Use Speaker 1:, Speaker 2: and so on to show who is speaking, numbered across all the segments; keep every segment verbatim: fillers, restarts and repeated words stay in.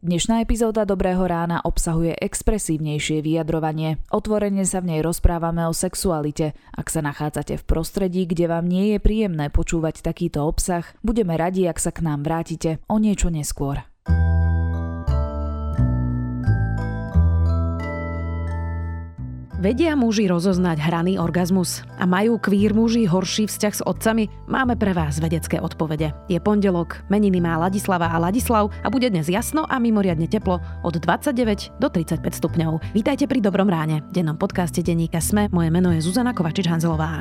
Speaker 1: Dnešná epizóda Dobrého rána obsahuje expresívnejšie vyjadrovanie. Otvorene sa v nej rozprávame o sexualite. Ak sa nachádzate v prostredí, kde vám nie je príjemné počúvať takýto obsah, budeme radi, ak sa k nám vrátite o niečo neskôr. Vedia muži rozoznať hraný orgazmus? A majú queer muži horší vzťah s otcami? Máme pre vás vedecké odpovede. Je pondelok, meniny má Ladislava a Ladislav a bude dnes jasno a mimoriadne teplo od dvadsaťdeväť do tridsaťpäť stupňov. Vítajte pri Dobrom ráne, v dennom podcaste denníka SME. Moje meno je Zuzana Kovačič-Hanzelová.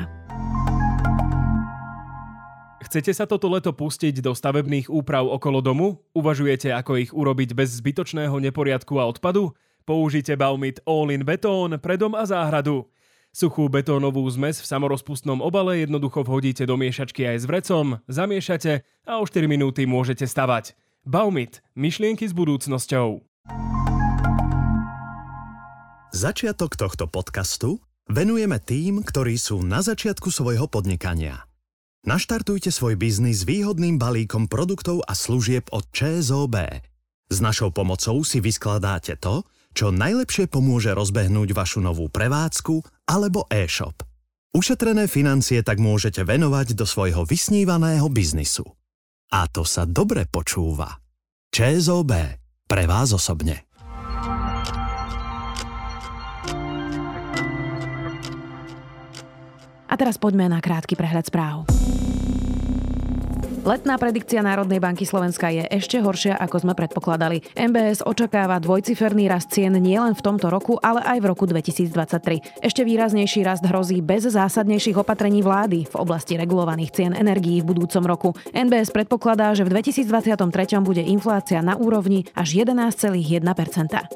Speaker 2: Chcete sa toto leto pustiť do stavebných úprav okolo domu? Uvažujete, ako ich urobiť bez zbytočného neporiadku a odpadu? Použite Baumit All-in betón pre dom a záhradu. Suchú betónovú zmes v samorozpustnom obale jednoducho vhodíte do miešačky aj s vrecom, zamiešate a o štyri minúty môžete stavať. Baumit. Myšlienky s budúcnosťou.
Speaker 3: Začiatok tohto podcastu venujeme tým, ktorí sú na začiatku svojho podnikania. Naštartujte svoj biznis výhodným balíkom produktov a služieb od ČSOB. S našou pomocou si vyskladáte to, čo najlepšie pomôže rozbehnúť vašu novú prevádzku alebo e-shop. Ušetrené financie tak môžete venovať do svojho vysnívaného biznisu. A to sa dobre počúva. ČSOB. Pre vás osobne.
Speaker 1: A teraz poďme na krátky prehľad správ. Letná predikcia Národnej banky Slovenska je ešte horšia, ako sme predpokladali. em bé es očakáva dvojciferný rast cien nielen v tomto roku, ale aj v roku dvetisícdvadsaťtri. Ešte výraznejší rast hrozí bez zásadnejších opatrení vlády v oblasti regulovaných cien energií v budúcom roku. em bé es predpokladá, že v dvetisícdvadsaťtri bude inflácia na úrovni až jedenásť celá jedna percenta.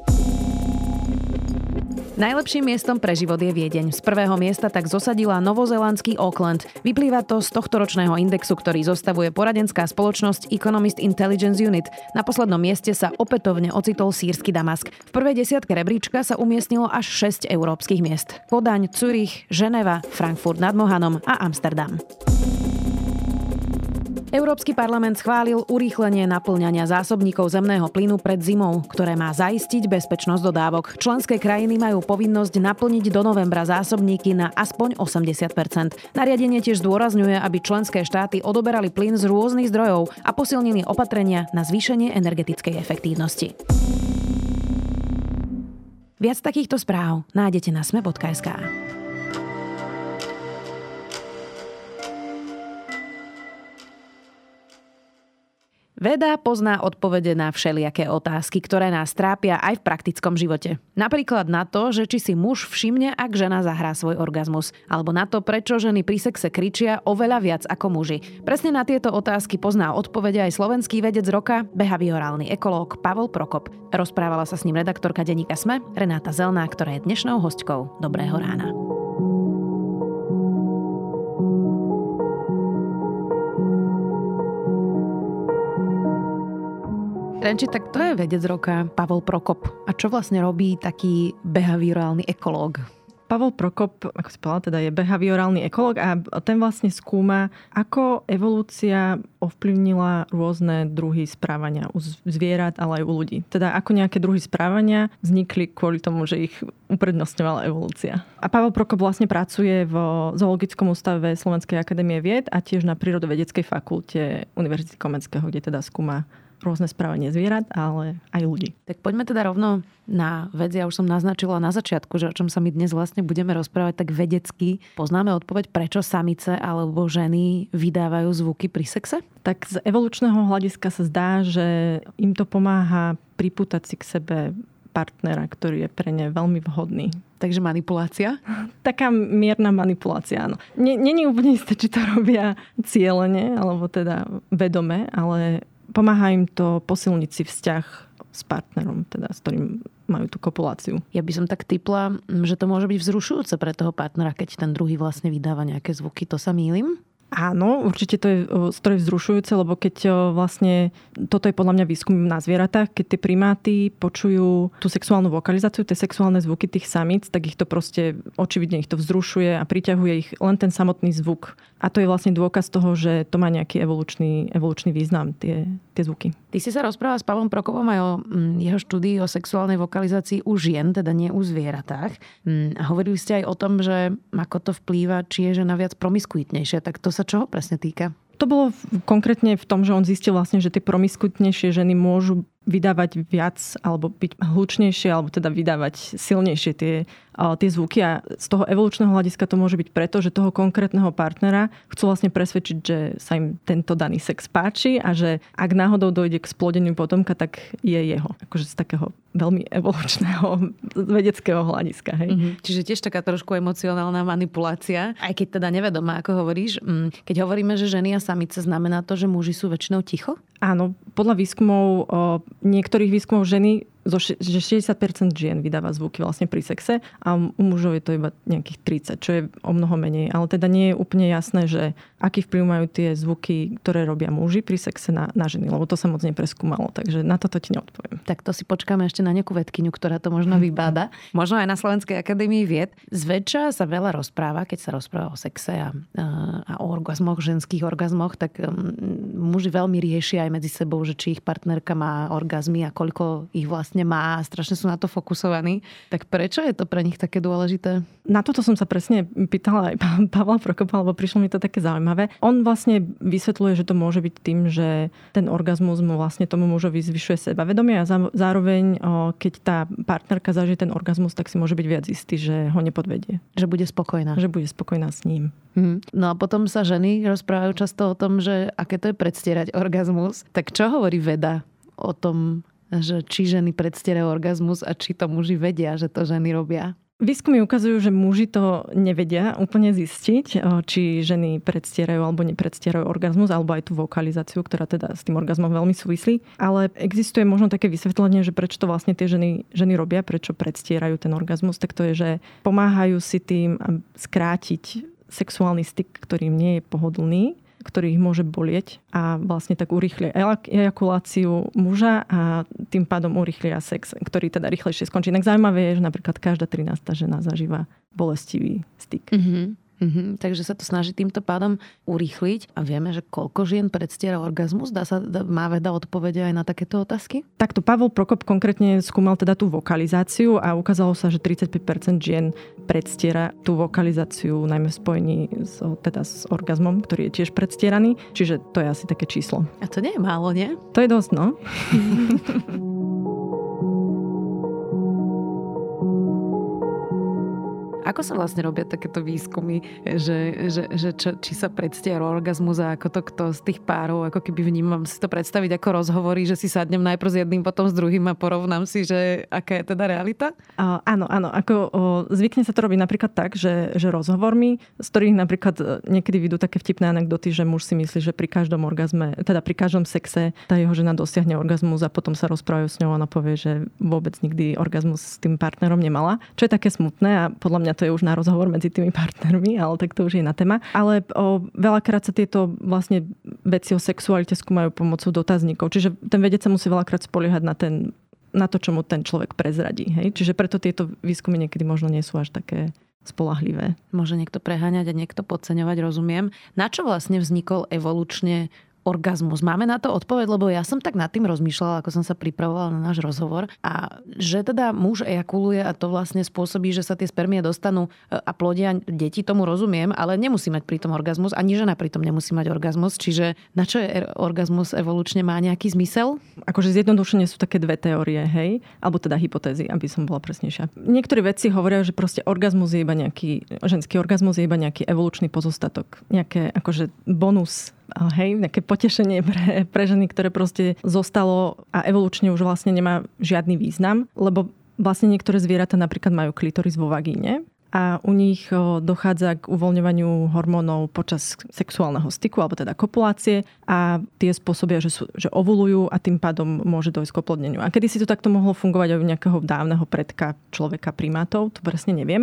Speaker 1: Najlepším miestom pre život je Viedeň. Z prvého miesta tak zosadila novozélandský Auckland. Vyplýva to z tohtoročného indexu, ktorý zostavuje poradenská spoločnosť Economist Intelligence Unit. Na poslednom mieste sa opätovne ocitol sýrsky Damask. V prvej desiatke rebríčka sa umiestnilo až šesť európskych miest. Kodaň, Zürich, Ženeva, Frankfurt nad Mohanom a Amsterdam. Európsky parlament schválil urýchlenie naplňania zásobníkov zemného plynu pred zimou, ktoré má zaistiť bezpečnosť dodávok. Členské krajiny majú povinnosť naplniť do novembra zásobníky na aspoň osemdesiat percent. Nariadenie tiež zdôrazňuje, aby členské štáty odoberali plyn z rôznych zdrojov a posilnili opatrenia na zvýšenie energetickej efektívnosti. Viac takýchto správ nájdete na es em e bodka es ká. Veda pozná odpovede na všelijaké otázky, ktoré nás trápia aj v praktickom živote. Napríklad na to, že či si muž všimne, ak žena zahrá svoj orgazmus. Alebo na to, prečo ženy pri sexe kričia oveľa viac ako muži. Presne na tieto otázky pozná odpovede aj slovenský vedec roka, behaviorálny ekológ Pavol Prokop. Rozprávala sa s ním redaktorka denníka SME, Renáta Zelná, ktorá je dnešnou hostkou Dobrého rána. Renči, tak to je vedec roka Pavol Prokop. A čo vlastne robí taký behaviorálny ekológ?
Speaker 4: Pavol Prokop, ako si povedala, teda je behaviorálny ekológ a ten vlastne skúma, ako evolúcia ovplyvnila rôzne druhy správania u zvierat, ale aj u ľudí. Teda ako nejaké druhy správania vznikli kvôli tomu, že ich uprednostňovala evolúcia. A Pavol Prokop vlastne pracuje v Zoologickom ústave Slovenskej akadémie vied a tiež na Prírodovedeckej fakulte Univerzity Komenského, kde teda skúma rôzne správanie zvierat, ale aj ľudí.
Speaker 1: Tak poďme teda rovno na vec. Ja už som naznačila na začiatku, že o čom sa my dnes vlastne budeme rozprávať tak vedecky. Poznáme odpoveď, prečo samice alebo ženy vydávajú zvuky pri sexe?
Speaker 4: Tak z evolučného hľadiska sa zdá, že im to pomáha pripútať si k sebe partnera, ktorý je pre ne veľmi vhodný.
Speaker 1: Takže manipulácia?
Speaker 4: Taká mierna manipulácia, áno. Není úplne isté, či to robia cielene, alebo teda vedome, ale pomáha im to posilniť si vzťah s partnerom, teda s ktorým majú tú kopuláciu.
Speaker 1: Ja by som tak tipla, že to môže byť vzrušujúce pre toho partnera, keď ten druhý vlastne vydáva nejaké zvuky. To sa mýlim?
Speaker 4: Áno, určite to je stroj vzrušujúce, lebo keď vlastne, toto je podľa mňa výskum na zvieratách, keď tie primáty počujú tú sexuálnu vokalizáciu, tie sexuálne zvuky tých samíc, tak ich to proste, očividne ich to vzrušuje a priťahuje ich len ten samotný zvuk. A to je vlastne dôkaz toho, že to má nejaký evolučný, evolučný význam, tie, tie zvuky.
Speaker 1: Ty si sa rozprával s Pavlom Prokopom aj o jeho štúdii o sexuálnej vokalizácii u žien, teda nie u zvieratách. A hovorili ste aj o tom, že ako to vplýva, či je žena viac promiskuitnejšia. Tak to sa čoho presne týka?
Speaker 4: To bolo konkrétne v tom, že on zistil vlastne, že tie promiskuitnejšie ženy môžu vydávať viac alebo byť hlučnejšie alebo teda vydávať silnejšie tie, tie zvuky a z toho evolučného hľadiska to môže byť preto, že toho konkrétneho partnera chcú vlastne presvedčiť, že sa im tento daný sex páči a že ak náhodou dojde k splodeniu potomka, tak je jeho. Akože z takého veľmi evolučného vedeckého hľadiska. Hej.
Speaker 1: Mm-hmm. Čiže tiež taká trošku emocionálna manipulácia, aj keď teda nevedomá, ako hovoríš. Keď hovoríme, že ženy a samice, znamená to, že muži sú väčšinou ticho?
Speaker 4: Áno, podľa výskumov, niektorých výskumov ženy, že šesťdesiat percent žien vydáva zvuky vlastne pri sexe a u mužov je to iba nejakých tridsať, čo je o mnoho menej. Ale teda nie je úplne jasné, že aký vplyv majú tie zvuky, ktoré robia muži pri sexe na, na ženy, lebo to sa moc nepreskúmalo, takže na toto ti neodpoviem.
Speaker 1: Tak to si počkáme ešte na nejakú vedkyňu, ktorá to možno vybáda. Možno aj na Slovenskej akadémii vied. Zväčša sa veľa rozpráva, keď sa rozpráva o sexe a, a o orgazmoch, ženských orgazmoch, tak um, muži veľmi riešia aj medzi sebou, že či ich partnerka má orgazmy a koľko ich vlastne má, strašne sú na to fokusovaní. Tak prečo je to pre nich také dôležité?
Speaker 4: Na toto som sa presne pýtala aj Pavla Prokopa, lebo prišlo mi to také zaujímavé. On vlastne vysvetľuje, že to môže byť tým, že ten orgazmus mu vlastne tomu mužovi zvyšuje sebavedomie a zároveň, keď tá partnerka zažije ten orgazmus, tak si môže byť viac istý, že ho nepodvedie.
Speaker 1: Že bude spokojná.
Speaker 4: Že bude spokojná s ním.
Speaker 1: Hmm. No a potom sa ženy rozprávajú často o tom, že aké to je predstierať orgazmus. Tak čo hovorí veda o tom, že či ženy predstierajú orgazmus a či to muži vedia, že to ženy robia?
Speaker 4: Výskumy ukazujú, že muži to nevedia úplne zistiť, či ženy predstierajú alebo nepredstierajú orgazmus, alebo aj tú vokalizáciu, ktorá teda s tým orgazmom veľmi súvislí. Ale existuje možno také vysvetlenie, že prečo to vlastne tie ženy, ženy robia, prečo predstierajú ten orgazmus, tak to je, že pomáhajú si tým skrátiť sexuálny styk, ktorým nie je pohodlný, ktorý ich môže bolieť a vlastne tak urýchlia ejakuláciu muža a tým pádom urýchlia sex, ktorý teda rýchlejšie skončí. Inak zaujímavé je, že napríklad každá trinásta žena zažíva bolestivý styk.
Speaker 1: Mm-hmm. Mm-hmm, takže sa to snaží týmto pádom urýchliť a vieme, že koľko žien predstiera orgazmus? Dá sa, má veda odpovede aj na takéto otázky?
Speaker 4: Takto Pavel Prokop konkrétne skúmal teda tú vokalizáciu a ukázalo sa, že tridsaťpäť percent žien predstiera tú vokalizáciu najmä v spojení s, teda s orgazmom, ktorý je tiež predstieraný. Čiže to je asi také číslo.
Speaker 1: A to nie je málo, nie?
Speaker 4: To je dosť, no.
Speaker 1: Ako sa vlastne robia takéto výskumy, že, že, že čo, či sa predstiera orgazmus a ako to kto z tých párov, ako keby vnímam si to predstaviť ako rozhovory, že si sadnem najprv s jedným, potom s druhým a porovnám si, že aká je teda realita?
Speaker 4: Uh, áno, áno. Ako, o, zvykne sa to robiť napríklad tak, že, že rozhovormi, z ktorých napríklad niekedy vidú také vtipné anekdoty, že muž si myslí, že pri každom orgazme, teda pri každom sexe tá jeho žena dosiahne orgazmus a potom sa rozprávajú s ňou a ona povie, že vôbec nikdy orgazmus s tým partnerom nemala. Čo je také smutné a podľa mňa to je už na rozhovor medzi tými partnermi, ale tak to už je na téma. Ale o, veľakrát sa tieto vlastne veci o sexualite skúmajú pomocou dotazníkov. Čiže ten vedec sa musí veľakrát spoliehať na, ten, na to, čo mu ten človek prezradí. Hej? Čiže preto tieto výskumy niekedy možno nie sú až také spolahlivé.
Speaker 1: Môže niekto preháňať a niekto podceňovať, rozumiem. Na čo vlastne vznikol evolučne orgazmus? Máme na to odpoveď, lebo ja som tak nad tým rozmýšľala, ako som sa pripravovala na náš rozhovor. A že teda muž ejakuluje a to vlastne spôsobí, že sa tie spermie dostanú a plodia deti, tomu rozumiem, ale nemusí mať pritom orgazmus, ani žena pritom nemusí mať orgazmus. Čiže na čo je orgazmus evolučne, má nejaký zmysel?
Speaker 4: Akože zjednodušene sú také dve teórie, hej? Alebo teda hypotézy, aby som bola presnejšia. Niektorí vedci hovoria, že proste orgazmus je iba nejaký, ženský orgazmus je iba nejaký evolučný pozostatok. Nejaké akože bonus, hej, nejaké potešenie pre, pre ženy, ktoré proste zostalo a evolučne už vlastne nemá žiadny význam, lebo vlastne niektoré zvieratá napríklad majú klitoris vo vagíne a u nich dochádza k uvoľňovaniu hormónov počas sexuálneho styku, alebo teda kopulácie a tie spôsobia, že, sú, že ovulujú a tým pádom môže dojsť k oplodneniu. A kedy si to takto mohlo fungovať aj u nejakého dávneho predka človeka primátov, to presne neviem.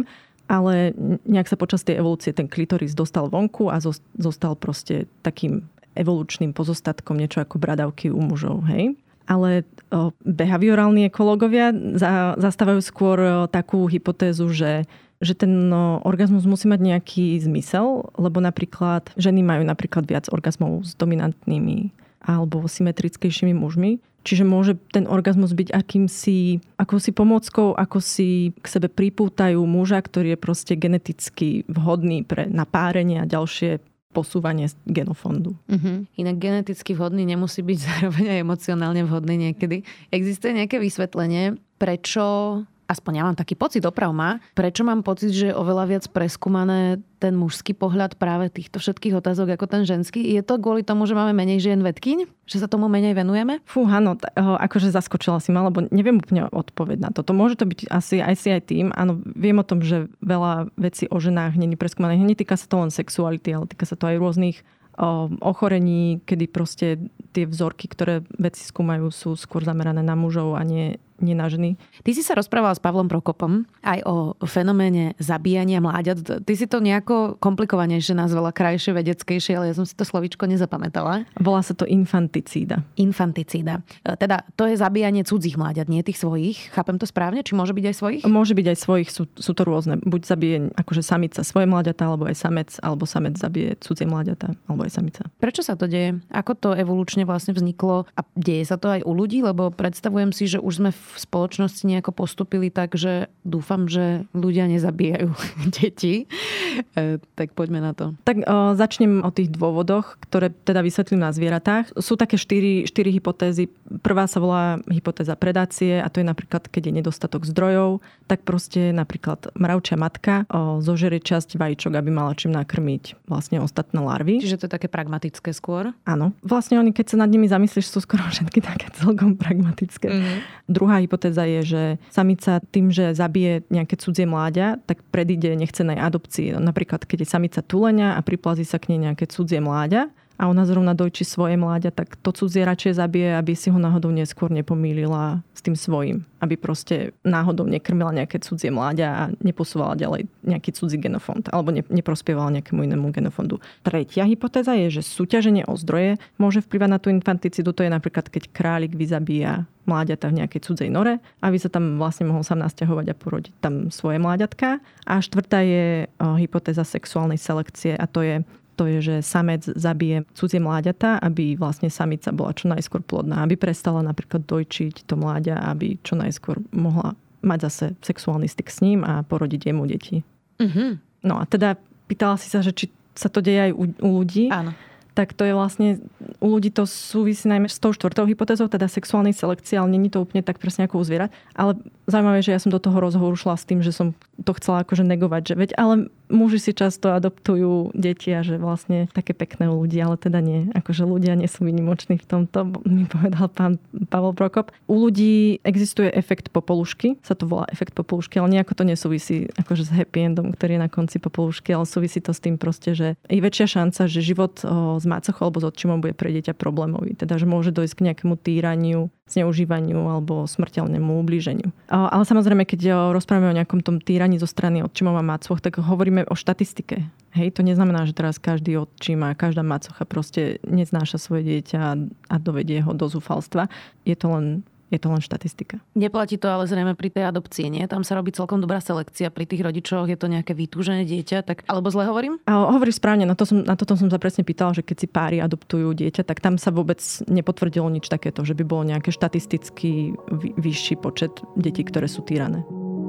Speaker 4: ale nejak sa počas tej evolúcie ten klitoris dostal vonku a zostal proste takým evolučným pozostatkom, niečo ako bradavky u mužov, hej. Ale o, behaviorálni ekológovia za, zastávajú skôr o, takú hypotézu, že, že ten o, orgazmus musí mať nejaký zmysel, lebo napríklad ženy majú napríklad viac orgazmov s dominantnými alebo symetrickejšími mužmi. Čiže môže ten orgazmus byť akýmsi, akousi pomôckou, ako si k sebe pripútajú muža, ktorý je proste geneticky vhodný pre napárenie a ďalšie posúvanie genofondu.
Speaker 1: Uh-huh. Inak geneticky vhodný nemusí byť zároveň aj emocionálne vhodný niekedy. Existuje nejaké vysvetlenie, prečo, aspoň ja mám taký pocit, oprav ma, prečo mám pocit, že je oveľa viac preskúmané ten mužský pohľad práve týchto všetkých otázok ako ten ženský? Je to kvôli tomu, že máme menej žien vedkyň? Že sa tomu menej venujeme?
Speaker 4: Fú, áno, t- akože zaskočila si ma, lebo neviem úplne odpoveď na to. To môže to byť asi aj si aj tým. Áno, viem o tom, že veľa vecí o ženách není preskúmané. Netýka sa to len sexuality, ale týka sa to aj rôznych o, ochorení, kedy proste tie vzorky, ktoré vedci skúmajú, sú skôr zamerané na mužov a nie nie na ženy.
Speaker 1: Ty si sa rozprával s Pavlom Prokopom aj o fenoméne zabíjania mláďat. Ty si to nejako komplikovanejšie nazvala, krajšie, vedeckejšie, ale ja som si to slovíčko nezapamätala.
Speaker 4: Volá sa to infanticída.
Speaker 1: Infanticída. Teda to je zabíjanie cudzích mláďat, nie tých svojich. Chápem to správne? Či môže byť aj svojich?
Speaker 4: Môže byť aj svojich, sú, sú to rôzne. Buď zabije akože samica svoje mláďata, alebo aj samec, alebo samec zabije cudzie mláďata, alebo aj samica.
Speaker 1: Prečo sa to deje? Ako to evolučne vlastne vzniklo? A deje sa to aj u ľudí? Lebo predstavujem si, že už sme v spoločnosti nejako postupili tak, že dúfam, že ľudia nezabíjajú deti. E, tak poďme na to.
Speaker 4: Tak o, začnem o tých dôvodoch, ktoré teda vysvetlím na zvieratách. Sú také štyri, štyri hypotézy. Prvá sa volá hypotéza predácie a to je napríklad, keď je nedostatok zdrojov, tak proste napríklad mravčia matka o, zožerie časť vajíčok, aby mala čím nakrmiť vlastne ostatné larvy.
Speaker 1: Čiže to je také pragmatické skôr?
Speaker 4: Áno. Vlastne oni, keď sa nad nimi zamyslíš, sú skoro všetky také celkom pragmatické. Mm-hmm. Druhá hypotéza je, že samica tým, že zabije nejaké cudzie mláďa, tak predíde nechcenej adopcii. Napríklad, keď je samica tuleňa a priplazí sa k nej nejaké cudzie mláďa a ona zrovna dojčí svoje mláďa, tak to cudzie radšej zabije, aby si ho náhodou neskôr nepomýlila s tým svojím. Aby proste náhodou nekrmila nejaké cudzie mláďa a neposúvala ďalej nejaký cudzí genofond alebo ne, neprospievala nejakému inému genofondu. Tretia hypotéza je, že súťaženie o zdroje môže vplyvať na tú infanticidu. To je napríklad, keď králik vyzabíja mláďata v nejakej cudzej nore, aby sa tam vlastne mohol sám nasťahovať a porodiť tam svoje mláďatka. A štvrtá je hypotéza sexuálnej selekcie a to je to je, že samec zabije cudzie mláďata, aby vlastne samica bola čo najskôr plodná, aby prestala napríklad dojčiť to mláďa, aby čo najskôr mohla mať zase sexuálny styk s ním a porodiť jemu deti. Uh-huh. No a teda pýtala si sa, že či sa to deje aj u, u ľudí.
Speaker 1: Áno.
Speaker 4: Tak to je vlastne, u ľudí to súvisí najmä s tou štvrtou hypotézou, teda sexuálnej selekcie, ale nie je to úplne tak presne ako u zvierat. Ale zaujímavé, že ja som do toho rozhovoru šla s tým, že som to chcela akože negovať, že veď, ale muži si často adoptujú deti a že vlastne také pekné u ľudí, ale teda nie. Akože ľudia nie sú výnimoční v tomto, mi povedal pán Pavel Prokop. U ľudí existuje efekt popolušky, sa to volá efekt popolušky, ale nejako to nesúvisí akože s happy endom, ktorý je na konci popolušky, ale súvisí to s tým proste, že je väčšia šanca, že život o, s macochou alebo s otčimom bude pre dieťa problémový. Teda, že môže dojsť k nejakému týraniu, zneužívaniu alebo smrteľnému ublíženiu. Ale samozrejme, keď rozprávame o nejakom tom týraní zo strany otčimov a macoch, tak hovoríme o štatistike. Hej, to neznamená, že teraz každý otčím a každá macocha proste neznáša svoje dieťa a dovedie ho do zúfalstva. Je to len Je to len štatistika.
Speaker 1: Neplatí to ale zrejme pri tej adopcii, nie? Tam sa robí celkom dobrá selekcia. Pri tých rodičoch je to nejaké vytúžené dieťa, tak alebo zle hovorím?
Speaker 4: A hovoríš správne, na, to som, na toto som sa presne pýtala, že keď si páry adoptujú dieťa, tak tam sa vôbec nepotvrdilo nič takéto, že by bolo nejaké štatisticky vy, vyšší počet detí, ktoré sú týrané.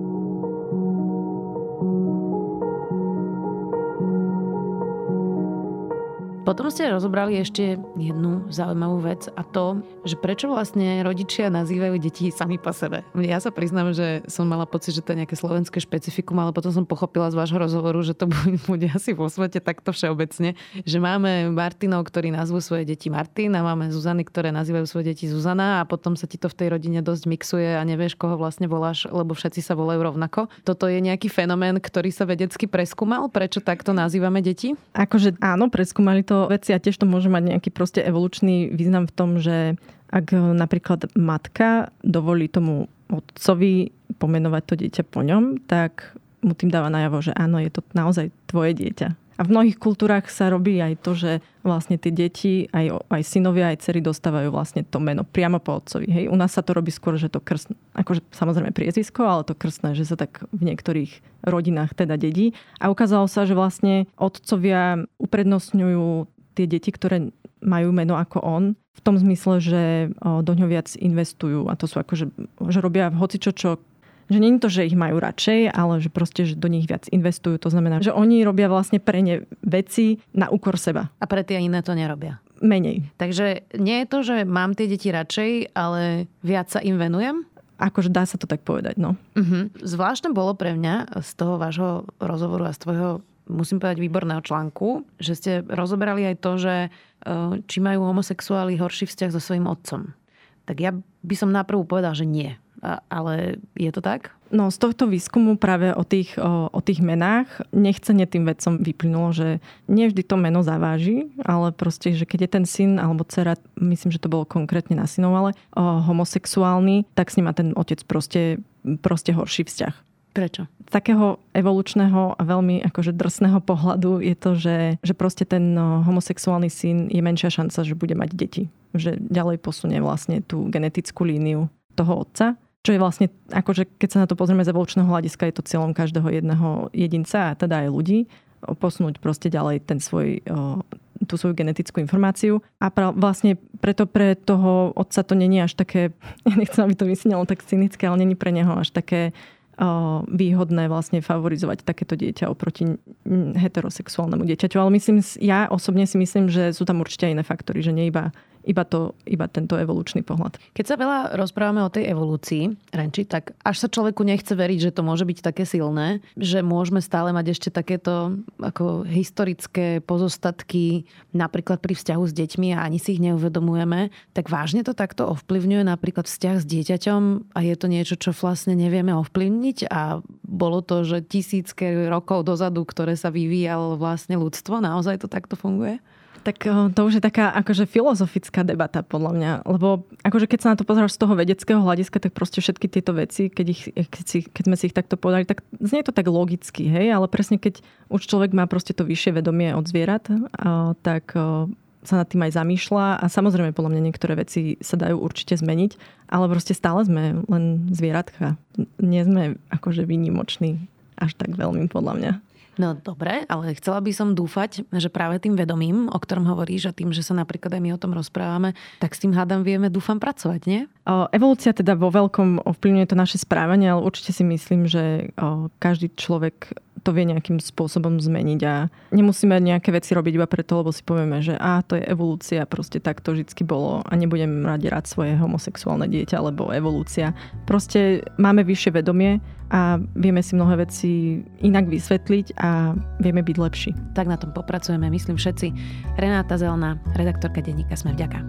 Speaker 1: Potom ste rozobrali ešte jednu zaujímavú vec a to, že prečo vlastne rodičia nazývajú deti sami po sebe. Ja sa priznám, že som mala pocit, že to je nejaké slovenské špecifikum, ale potom som pochopila z vášho rozhovoru, že to bude asi vo svete takto všeobecne, že máme Martinov, ktorí nazvú svoje deti Martin a máme Zuzany, ktoré nazývajú svoje deti Zuzana a potom sa ti to v tej rodine dosť mixuje a nevieš, koho vlastne voláš, lebo všetci sa volajú rovnako. Toto je nejaký fenomén, ktorý sa vedecky preskúmal? Prečo takto nazývame deti?
Speaker 4: Akože áno, preskúmali to veci a tiež to môže mať nejaký proste evolučný význam v tom, že ak napríklad matka dovolí tomu otcovi pomenovať to dieťa po ňom, tak mu tým dáva najavo, že áno, je to naozaj tvoje dieťa. A v mnohých kultúrach sa robí aj to, že vlastne tie deti, aj, aj synovia, aj dcery dostávajú vlastne to meno priamo po otcovi. Hej. U nás sa to robí skôr, že to krstné, akože samozrejme priezvisko, ale to krstné, že sa tak v niektorých rodinách teda dedí. A ukázalo sa, že vlastne otcovia uprednostňujú tie deti, ktoré majú meno ako on, v tom zmysle, že do ňoho viac investujú. A to sú akože, že robia hocičo, čo že nie je to, že ich majú radšej, ale že proste, že do nich viac investujú. To znamená, že oni robia vlastne pre ne veci na úkor seba.
Speaker 1: A pre tie iné to nerobia.
Speaker 4: Menej.
Speaker 1: Takže nie je to, že mám tie deti radšej, ale viac sa im venujem?
Speaker 4: Akože dá sa to tak povedať, no.
Speaker 1: Uh-huh. Zvláštne bolo pre mňa z toho vášho rozhovoru a z tvojho, musím povedať, výborného článku, že ste rozoberali aj to, že či majú homosexuáli horší vzťah so svojím otcom. Tak ja by som naprvu povedal, že nie. A, ale je to tak?
Speaker 4: No z tohto výskumu práve o tých, o, o tých menách nechcene tým vedcom vyplynulo, že nie vždy to meno zaváži, ale proste, že keď je ten syn alebo dcera, myslím, že to bolo konkrétne na synov, ale o, homosexuálny, tak s ním má ten otec proste, proste horší vzťah.
Speaker 1: Prečo?
Speaker 4: Z takého evolučného a veľmi akože drsného pohľadu je to, že, že proste ten homosexuálny syn je menšia šanca, že bude mať deti. Že ďalej posunie vlastne tú genetickú líniu toho otca. Čo je vlastne, akože keď sa na to pozrieme z evolučného hľadiska, je to cieľom každého jedného jedinca a teda aj ľudí, posunúť proste ďalej ten svoj, tú svoju genetickú informáciu. A pra, vlastne preto pre toho otca to není až také, ja nechcem, aby to vyznelo tak cynické, ale není pre neho až také výhodné vlastne favorizovať takéto dieťa oproti heterosexuálnemu dieťaťu. Ale myslím, ja osobne si myslím, že sú tam určite iné faktory, že nie iba Iba, to, iba tento evolučný pohľad.
Speaker 1: Keď sa veľa rozprávame o tej evolúcii, Renči, tak až sa človeku nechce veriť, že to môže byť také silné, že môžeme stále mať ešte takéto ako historické pozostatky napríklad pri vzťahu s deťmi a ani si ich neuvedomujeme. Tak vážne to takto ovplyvňuje napríklad vzťah s dieťaťom a je to niečo, čo vlastne nevieme ovplyvniť a bolo to, že tisícky rokov dozadu, ktoré sa vyvíjalo vlastne ľudstvo, naozaj to takto funguje?
Speaker 4: Tak to už je taká akože filozofická debata podľa mňa, lebo akože keď sa na to pozeráš z toho vedeckého hľadiska, tak proste všetky tieto veci, keď, ich, keď, si, keď sme si ich takto povedali, tak znie to tak logicky, hej, ale presne keď už človek má proste to vyššie vedomie od zvierat, tak sa nad tým aj zamýšľa a samozrejme podľa mňa niektoré veci sa dajú určite zmeniť, ale proste stále sme len zvieratka. Nie sme akože výnimoční až tak veľmi podľa mňa.
Speaker 1: No dobre, ale chcela by som dúfať, že práve tým vedomím, o ktorom hovoríš a tým, že sa napríklad aj my o tom rozprávame, tak s tým hádam vieme, dúfam, pracovať, nie?
Speaker 4: O, evolúcia teda vo veľkom ovplyvňuje to naše správanie, ale určite si myslím, že o, každý človek to vie nejakým spôsobom zmeniť a nemusíme nejaké veci robiť iba preto, lebo si povieme, že á, to je evolúcia, proste tak to vždycky bolo a nebudem radi rád svoje homosexuálne dieťa, lebo evolúcia. Proste máme vyššie vedomie a vieme si mnohé veci inak vysvetliť a vieme byť lepší.
Speaker 1: Tak na tom popracujeme, myslím všetci. Renáta Zelná, redaktorka denníka Sme vďaka.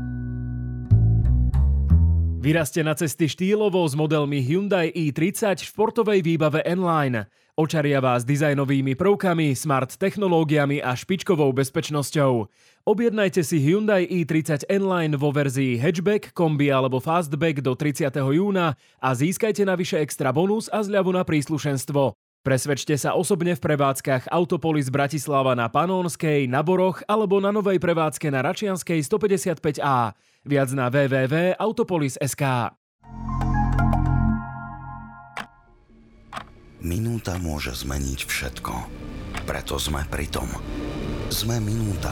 Speaker 2: Vyrazte na cesty štýlovo s modelmi Hyundai i tridsať v športovej výbave N-Line. Očaria vás dizajnovými prvkami, smart technológiami a špičkovou bezpečnosťou. Objednajte si Hyundai i tridsať N-Line vo verzii hatchback, kombi alebo fastback do tridsiateho júna a získajte navyše extra bonus a zľavu na príslušenstvo. Presvedčte sa osobne v prevádzkach Autopolis Bratislava na Panónskej, na Boroch alebo na novej prevádzke na Račianskej stopäťdesiatpäť á. Viac na w w w bodka autopolis bodka es ká.
Speaker 5: Minúta môže zmeniť všetko. Preto sme pri tom. Sme minúta.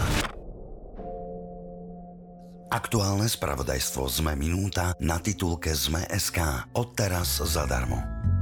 Speaker 5: Aktuálne spravodajstvo Sme minúta na titulke Sme bodka es ká. Odteraz zadarmo.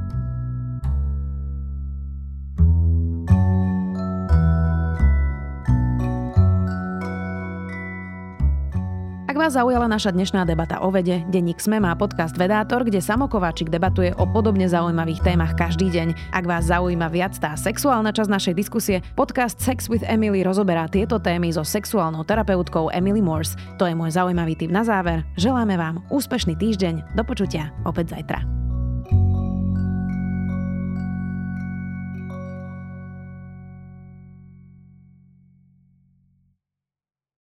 Speaker 1: Ak vás zaujala naša dnešná debata o vede, denník Sme má podcast Vedátor, kde Samo Kováčik debatuje o podobne zaujímavých témach každý deň. Ak vás zaujíma viac tá sexuálna časť našej diskusie, podcast Sex with Emily rozoberá tieto témy so sexuálnou terapeutkou Emily Morse. To je môj zaujímavý tip na záver. Želáme vám úspešný týždeň. Do počutia opäť zajtra.